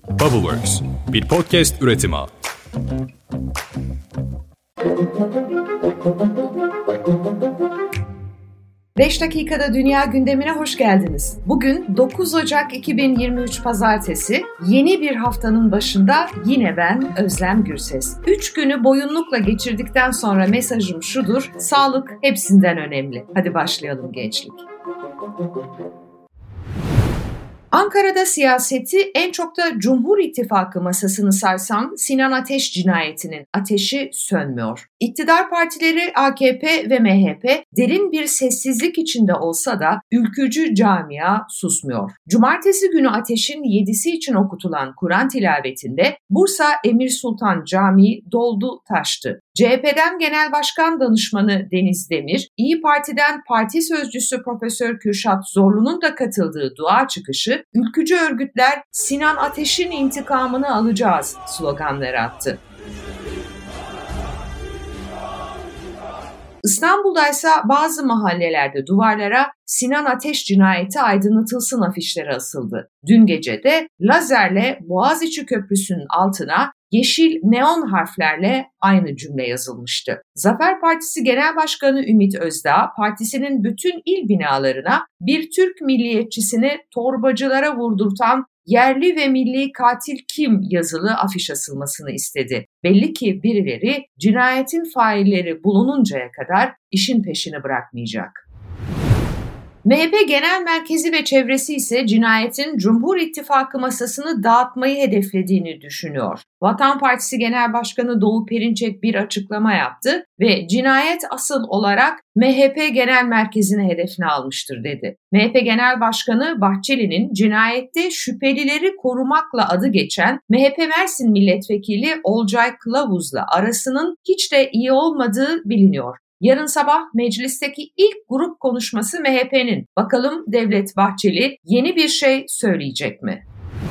Bubbleworks, bir podcast üretimi. 5 dakikada dünya gündemine hoş geldiniz. Bugün 9 Ocak 2023 Pazartesi, yeni bir haftanın başında yine ben Özlem Gürses. 3 günü boyunlukla geçirdikten sonra mesajım şudur: sağlık hepsinden önemli. Hadi başlayalım gençlik. Ankara'da siyaseti en çok da Cumhur İttifakı masasını sarsan Sinan Ateş cinayetinin ateşi sönmüyor. İktidar partileri AKP ve MHP derin bir sessizlik içinde olsa da ülkücü camia susmuyor. Cumartesi günü Ateş'in 7'si için okutulan Kur'an tilavetinde Bursa Emir Sultan Camii doldu taştı. CHP'den Genel Başkan Danışmanı Deniz Demir, İYİ Parti'den Parti Sözcüsü Profesör Kürşat Zorlu'nun da katıldığı dua çıkışı, ülkücü örgütler Sinan Ateş'in intikamını alacağız sloganları attı. İstanbul'da ise bazı mahallelerde duvarlara Sinan Ateş cinayeti aydınlatılsın afişleri asıldı. Dün gece de lazerle Boğaziçi Köprüsü'nün altına yeşil neon harflerle aynı cümle yazılmıştı. Zafer Partisi Genel Başkanı Ümit Özdağ, partisinin bütün il binalarına bir Türk milliyetçisini torbacılara vurdurtan yerli ve milli katil kim yazılı afiş asılmasını istedi. Belli ki birileri cinayetin failleri bulununcaya kadar işin peşini bırakmayacak. MHP Genel Merkezi ve çevresi ise cinayetin Cumhur İttifakı masasını dağıtmayı hedeflediğini düşünüyor. Vatan Partisi Genel Başkanı Doğu Perinçek bir açıklama yaptı ve cinayet asıl olarak MHP Genel Merkezi'ni hedefine almıştır dedi. MHP Genel Başkanı Bahçeli'nin cinayette şüphelileri korumakla adı geçen MHP Mersin Milletvekili Olcay Kılavuz'la arasının hiç de iyi olmadığı biliniyor. Yarın sabah meclisteki ilk grup konuşması MHP'nin. Bakalım Devlet Bahçeli yeni bir şey söyleyecek mi?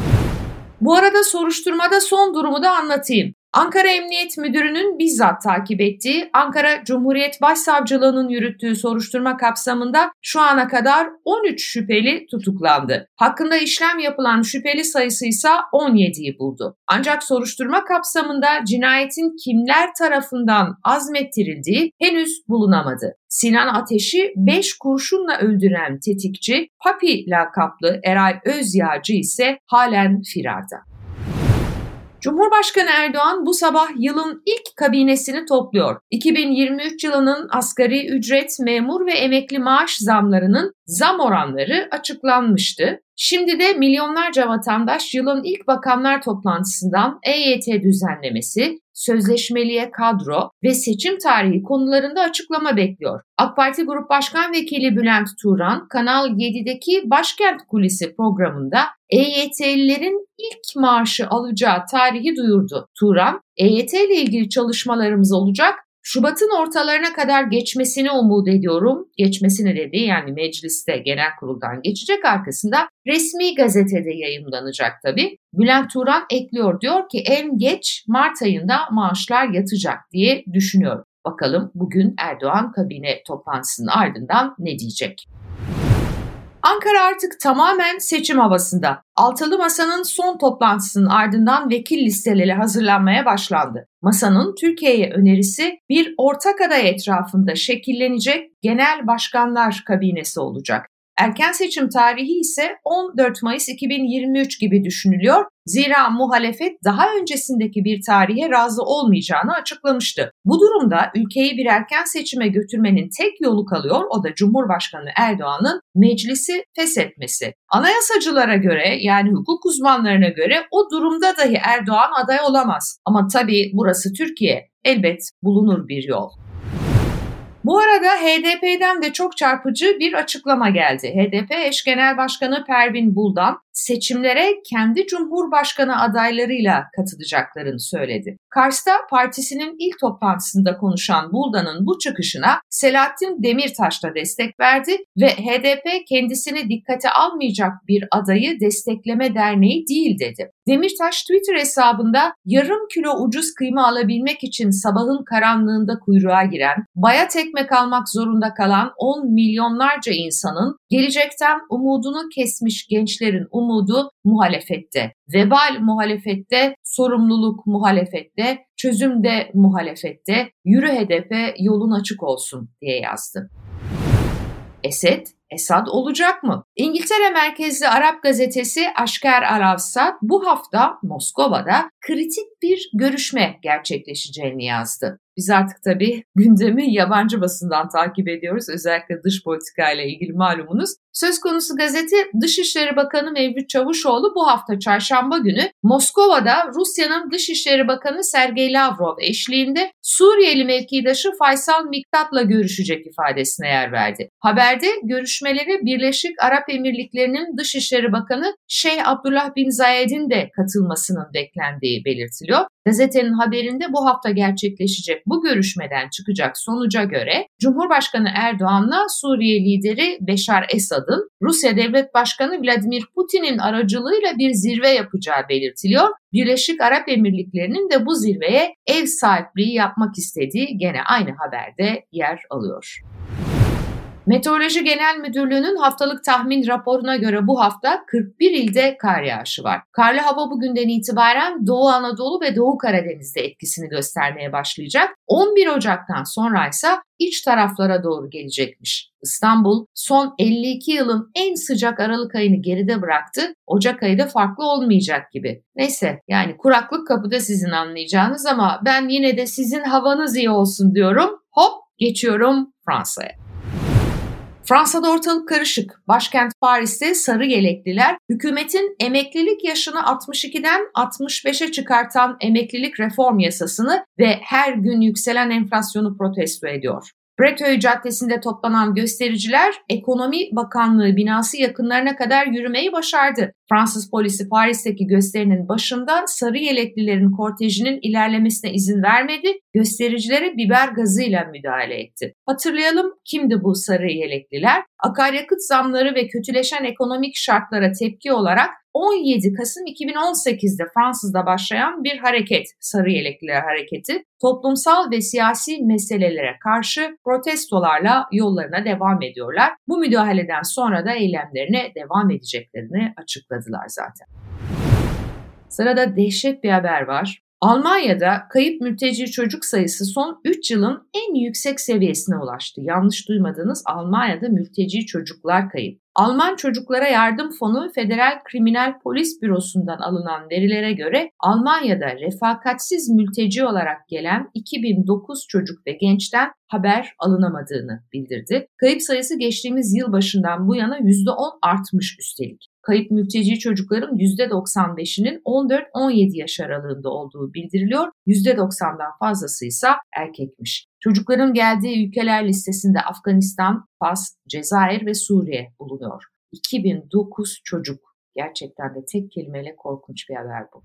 Bu arada soruşturmada son durumu da anlatayım. Ankara Emniyet Müdürü'nün bizzat takip ettiği Ankara Cumhuriyet Başsavcılığı'nın yürüttüğü soruşturma kapsamında şu ana kadar 13 şüpheli tutuklandı. Hakkında işlem yapılan şüpheli sayısı ise 17'yi buldu. Ancak soruşturma kapsamında cinayetin kimler tarafından azmettirildiği henüz bulunamadı. Sinan Ateş'i 5 kurşunla öldüren tetikçi Papi lakaplı Eray Özyağcı ise halen firarda. Cumhurbaşkanı Erdoğan bu sabah yılın ilk kabinesini topluyor. 2023 yılının asgari ücret, memur ve emekli maaş zamlarının zam oranları açıklanmıştı. Şimdi de milyonlarca vatandaş yılın ilk bakanlar toplantısından EYT düzenlemesi, sözleşmeliye kadro ve seçim tarihi konularında açıklama bekliyor. AK Parti Grup Başkan Vekili Bülent Turan, Kanal 7'deki Başkent Kulisi programında EYT'lilerin ilk maaşı alacağı tarihi duyurdu. Turan, EYT ile ilgili çalışmalarımız olacak, Şubat'ın ortalarına kadar geçmesini umut ediyorum. Geçmesini dedi, yani mecliste genel kuruldan geçecek, arkasında resmi gazetede yayımlanacak tabii. Bülent Turan ekliyor, diyor ki en geç Mart ayında maaşlar yatacak diye düşünüyorum. Bakalım bugün Erdoğan kabine toplantısının ardından ne diyecek? Ankara artık tamamen seçim havasında. Altılı Masa'nın son toplantısının ardından vekil listeleri hazırlanmaya başlandı. Masanın Türkiye'ye önerisi bir ortak aday etrafında şekillenecek genel başkanlar kabinesi olacak. Erken seçim tarihi ise 14 Mayıs 2023 gibi düşünülüyor. Zira muhalefet daha öncesindeki bir tarihe razı olmayacağını açıklamıştı. Bu durumda ülkeyi bir erken seçime götürmenin tek yolu kalıyor, o da Cumhurbaşkanı Erdoğan'ın meclisi feshetmesi. Anayasacılara göre, yani hukuk uzmanlarına göre o durumda dahi Erdoğan aday olamaz. Ama tabii burası Türkiye, elbet bulunur bir yol. Bu arada HDP'den de çok çarpıcı bir açıklama geldi. HDP eş genel başkanı Pervin Buldan seçimlere kendi cumhurbaşkanı adaylarıyla katılacaklarını söyledi. Kars'ta partisinin ilk toplantısında konuşan Buldan'ın bu çıkışına Selahattin Demirtaş da destek verdi ve HDP kendisini dikkate almayacak bir adayı destekleme derneği değil dedi. Demirtaş Twitter hesabında yarım kilo ucuz kıyma alabilmek için sabahın karanlığında kuyruğa giren, bayat ekmek almak zorunda kalan 10 milyonlarca insanın, gelecekten umudunu kesmiş gençlerin umudu umudu muhalefette. Vebal muhalefette, sorumluluk muhalefette, çözüm de muhalefette. Yürü hedefe, yolun açık olsun diye yazdı. Esad olacak mı? İngiltere merkezli Arap gazetesi Aşker Al-Avsat bu hafta Moskova'da kritik bir görüşme gerçekleşeceğini yazdı. Biz artık tabii gündemi yabancı basından takip ediyoruz. Özellikle dış politika ile ilgili malumunuz. Söz konusu gazete Dışişleri Bakanı Mevlüt Çavuşoğlu bu hafta çarşamba günü Moskova'da Rusya'nın Dışişleri Bakanı Sergey Lavrov eşliğinde Suriyeli mevkidaşı Faysal Miktat'la görüşecek ifadesine yer verdi. Haberde görüşmelere Birleşik Arap Emirlikleri'nin Dışişleri Bakanı Şeyh Abdullah bin Zayed'in de katılmasının beklendiği belirtiliyor. Gazetenin haberinde bu hafta gerçekleşecek bu görüşmeden çıkacak sonuca göre Cumhurbaşkanı Erdoğan'la Suriye lideri Beşar Esad'ın Rusya Devlet Başkanı Vladimir Putin'in aracılığıyla bir zirve yapacağı belirtiliyor. Birleşik Arap Emirlikleri'nin de bu zirveye ev sahipliği yapmak istediği gene aynı haberde yer alıyor. Meteoroloji Genel Müdürlüğü'nün haftalık tahmin raporuna göre bu hafta 41 ilde kar yağışı var. Karlı hava bugünden itibaren Doğu Anadolu ve Doğu Karadeniz'de etkisini göstermeye başlayacak. 11 Ocak'tan sonra ise iç taraflara doğru gelecekmiş. İstanbul son 52 yılın en sıcak Aralık ayını geride bıraktı. Ocak ayı da farklı olmayacak gibi. Neyse, yani kuraklık kapıda sizin anlayacağınız ama ben yine de sizin havanız iyi olsun diyorum. Hop geçiyorum Fransa'ya. Fransa'da ortalık karışık. Başkent Paris'te sarı yelekliler hükümetin emeklilik yaşını 62'den 65'e çıkartan emeklilik reform yasasını ve her gün yükselen enflasyonu protesto ediyor. Breteuil Caddesi'nde toplanan göstericiler Ekonomi Bakanlığı binası yakınlarına kadar yürümeyi başardı. Fransız polisi Paris'teki gösterinin başında sarı yeleklilerin kortejinin ilerlemesine izin vermedi, göstericilere biber gazıyla müdahale etti. Hatırlayalım, kimdi bu sarı yelekliler? Akaryakıt zamları ve kötüleşen ekonomik şartlara tepki olarak 17 Kasım 2018'de Fransa'da başlayan bir hareket, Sarı Yelekliler Hareketi, toplumsal ve siyasi meselelere karşı protestolarla yollarına devam ediyorlar. Bu müdahaleden sonra da eylemlerine devam edeceklerini açıkladılar zaten. Sırada dehşet bir haber var. Almanya'da kayıp mülteci çocuk sayısı son 3 yılın en yüksek seviyesine ulaştı. Yanlış duymadınız, Almanya'da mülteci çocuklar kayıp. Alman Çocuklara Yardım Fonu Federal Kriminal Polis Bürosu'ndan alınan verilere göre Almanya'da refakatsiz mülteci olarak gelen 2009 çocuk ve gençten haber alınamadığını bildirdi. Kayıp sayısı geçtiğimiz yıl başından bu yana %10 artmış üstelik. Kayıp mülteci çocukların %95'inin 14-17 yaş aralığında olduğu bildiriliyor. %90'dan fazlası ise erkekmiş. Çocukların geldiği ülkeler listesinde Afganistan, Fas, Cezayir ve Suriye bulunuyor. 2009 çocuk. Gerçekten de tek kelimeyle korkunç bir haber bu.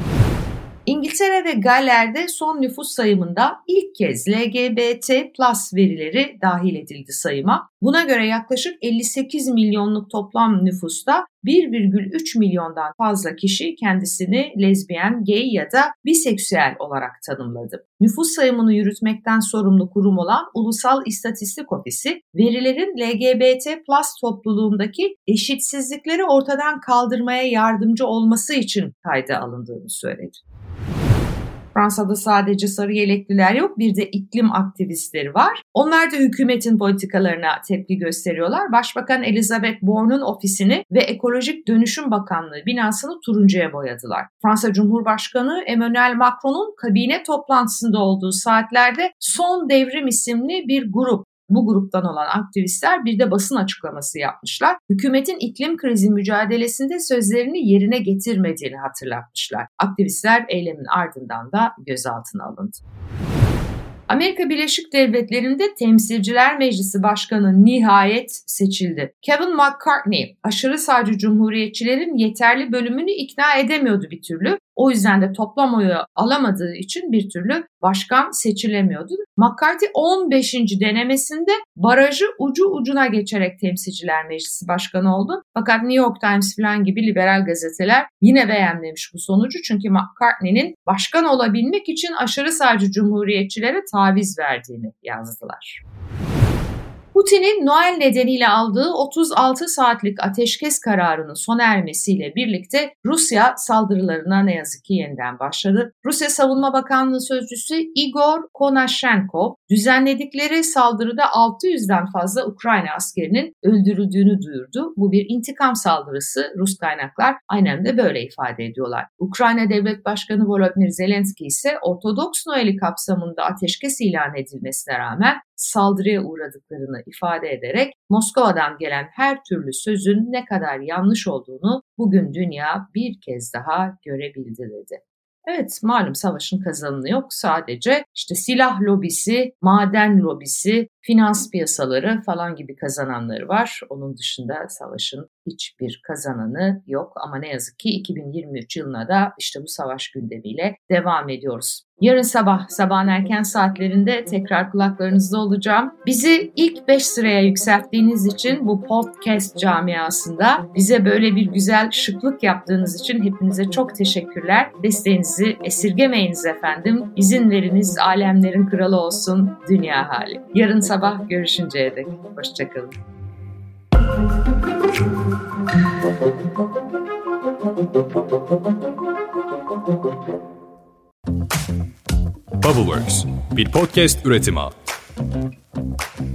İngiltere ve Galler'de son nüfus sayımında ilk kez LGBT+ verileri dahil edildi sayıma. Buna göre yaklaşık 58 milyonluk toplam nüfusta 1,3 milyondan fazla kişi kendisini lezbiyen, gay ya da biseksüel olarak tanımladı. Nüfus sayımını yürütmekten sorumlu kurum olan Ulusal İstatistik Ofisi, verilerin LGBT+ topluluğundaki eşitsizlikleri ortadan kaldırmaya yardımcı olması için kayda alındığını söyledi. Fransa'da sadece sarı yelekliler yok, bir de iklim aktivistleri var. Onlar da hükümetin politikalarına tepki gösteriyorlar. Başbakan Elisabeth Borne'un ofisini ve Ekolojik Dönüşüm Bakanlığı binasını turuncuya boyadılar. Fransa Cumhurbaşkanı Emmanuel Macron'un kabine toplantısında olduğu saatlerde Son Devrim isimli bir grup, bu gruptan olan aktivistler bir de basın açıklaması yapmışlar. Hükümetin iklim krizi mücadelesinde sözlerini yerine getirmediğini hatırlatmışlar. Aktivistler eylemin ardından da gözaltına alındı. Amerika Birleşik Devletleri'nde Temsilciler Meclisi Başkanı nihayet seçildi. Kevin McCarthy, aşırı sağcı cumhuriyetçilerin yeterli bölümünü ikna edemiyordu bir türlü. O yüzden de toplam oyu alamadığı için bir türlü başkan seçilemiyordu. McCarthy 15. denemesinde barajı ucu ucuna geçerek Temsilciler Meclisi Başkanı oldu. Fakat New York Times falan gibi liberal gazeteler yine beğenmemiş bu sonucu. Çünkü McCarthy'nin başkan olabilmek için aşırı sağcı cumhuriyetçilere taviz verdiğini yazdılar. Putin'in Noel nedeniyle aldığı 36 saatlik ateşkes kararının sona ermesiyle birlikte Rusya saldırılarına ne yazık ki yeniden başladı. Rusya Savunma Bakanlığı Sözcüsü Igor Konashenkov, düzenledikleri saldırıda 600'den fazla Ukrayna askerinin öldürüldüğünü duyurdu. Bu bir intikam saldırısı. Rus kaynaklar aynen de böyle ifade ediyorlar. Ukrayna Devlet Başkanı Volodymyr Zelenski ise Ortodoks Noel'i kapsamında ateşkes ilan edilmesine rağmen saldırıya uğradıklarını ifade ederek Moskova'dan gelen her türlü sözün ne kadar yanlış olduğunu bugün dünya bir kez daha görebildi dedi. Evet, malum savaşın kazananı yok. Sadece silah lobisi, maden lobisi, finans piyasaları falan gibi kazananları var. Onun dışında savaşın hiçbir kazananı yok. Ama ne yazık ki 2023 yılına da bu savaş gündemiyle devam ediyoruz. Yarın sabahın erken saatlerinde tekrar kulaklarınızda olacağım. Bizi ilk 5 sıraya yükselttiğiniz için bu podcast camiasında bize böyle bir güzel şıklık yaptığınız için hepinize çok teşekkürler. Desteğinizi esirgemeyiniz efendim. İzin veriniz alemlerin kralı olsun dünya hali. Yarın sabah görüşünceye dek. Hoşçakalın. Bubbleworks, bir podcast üretimi.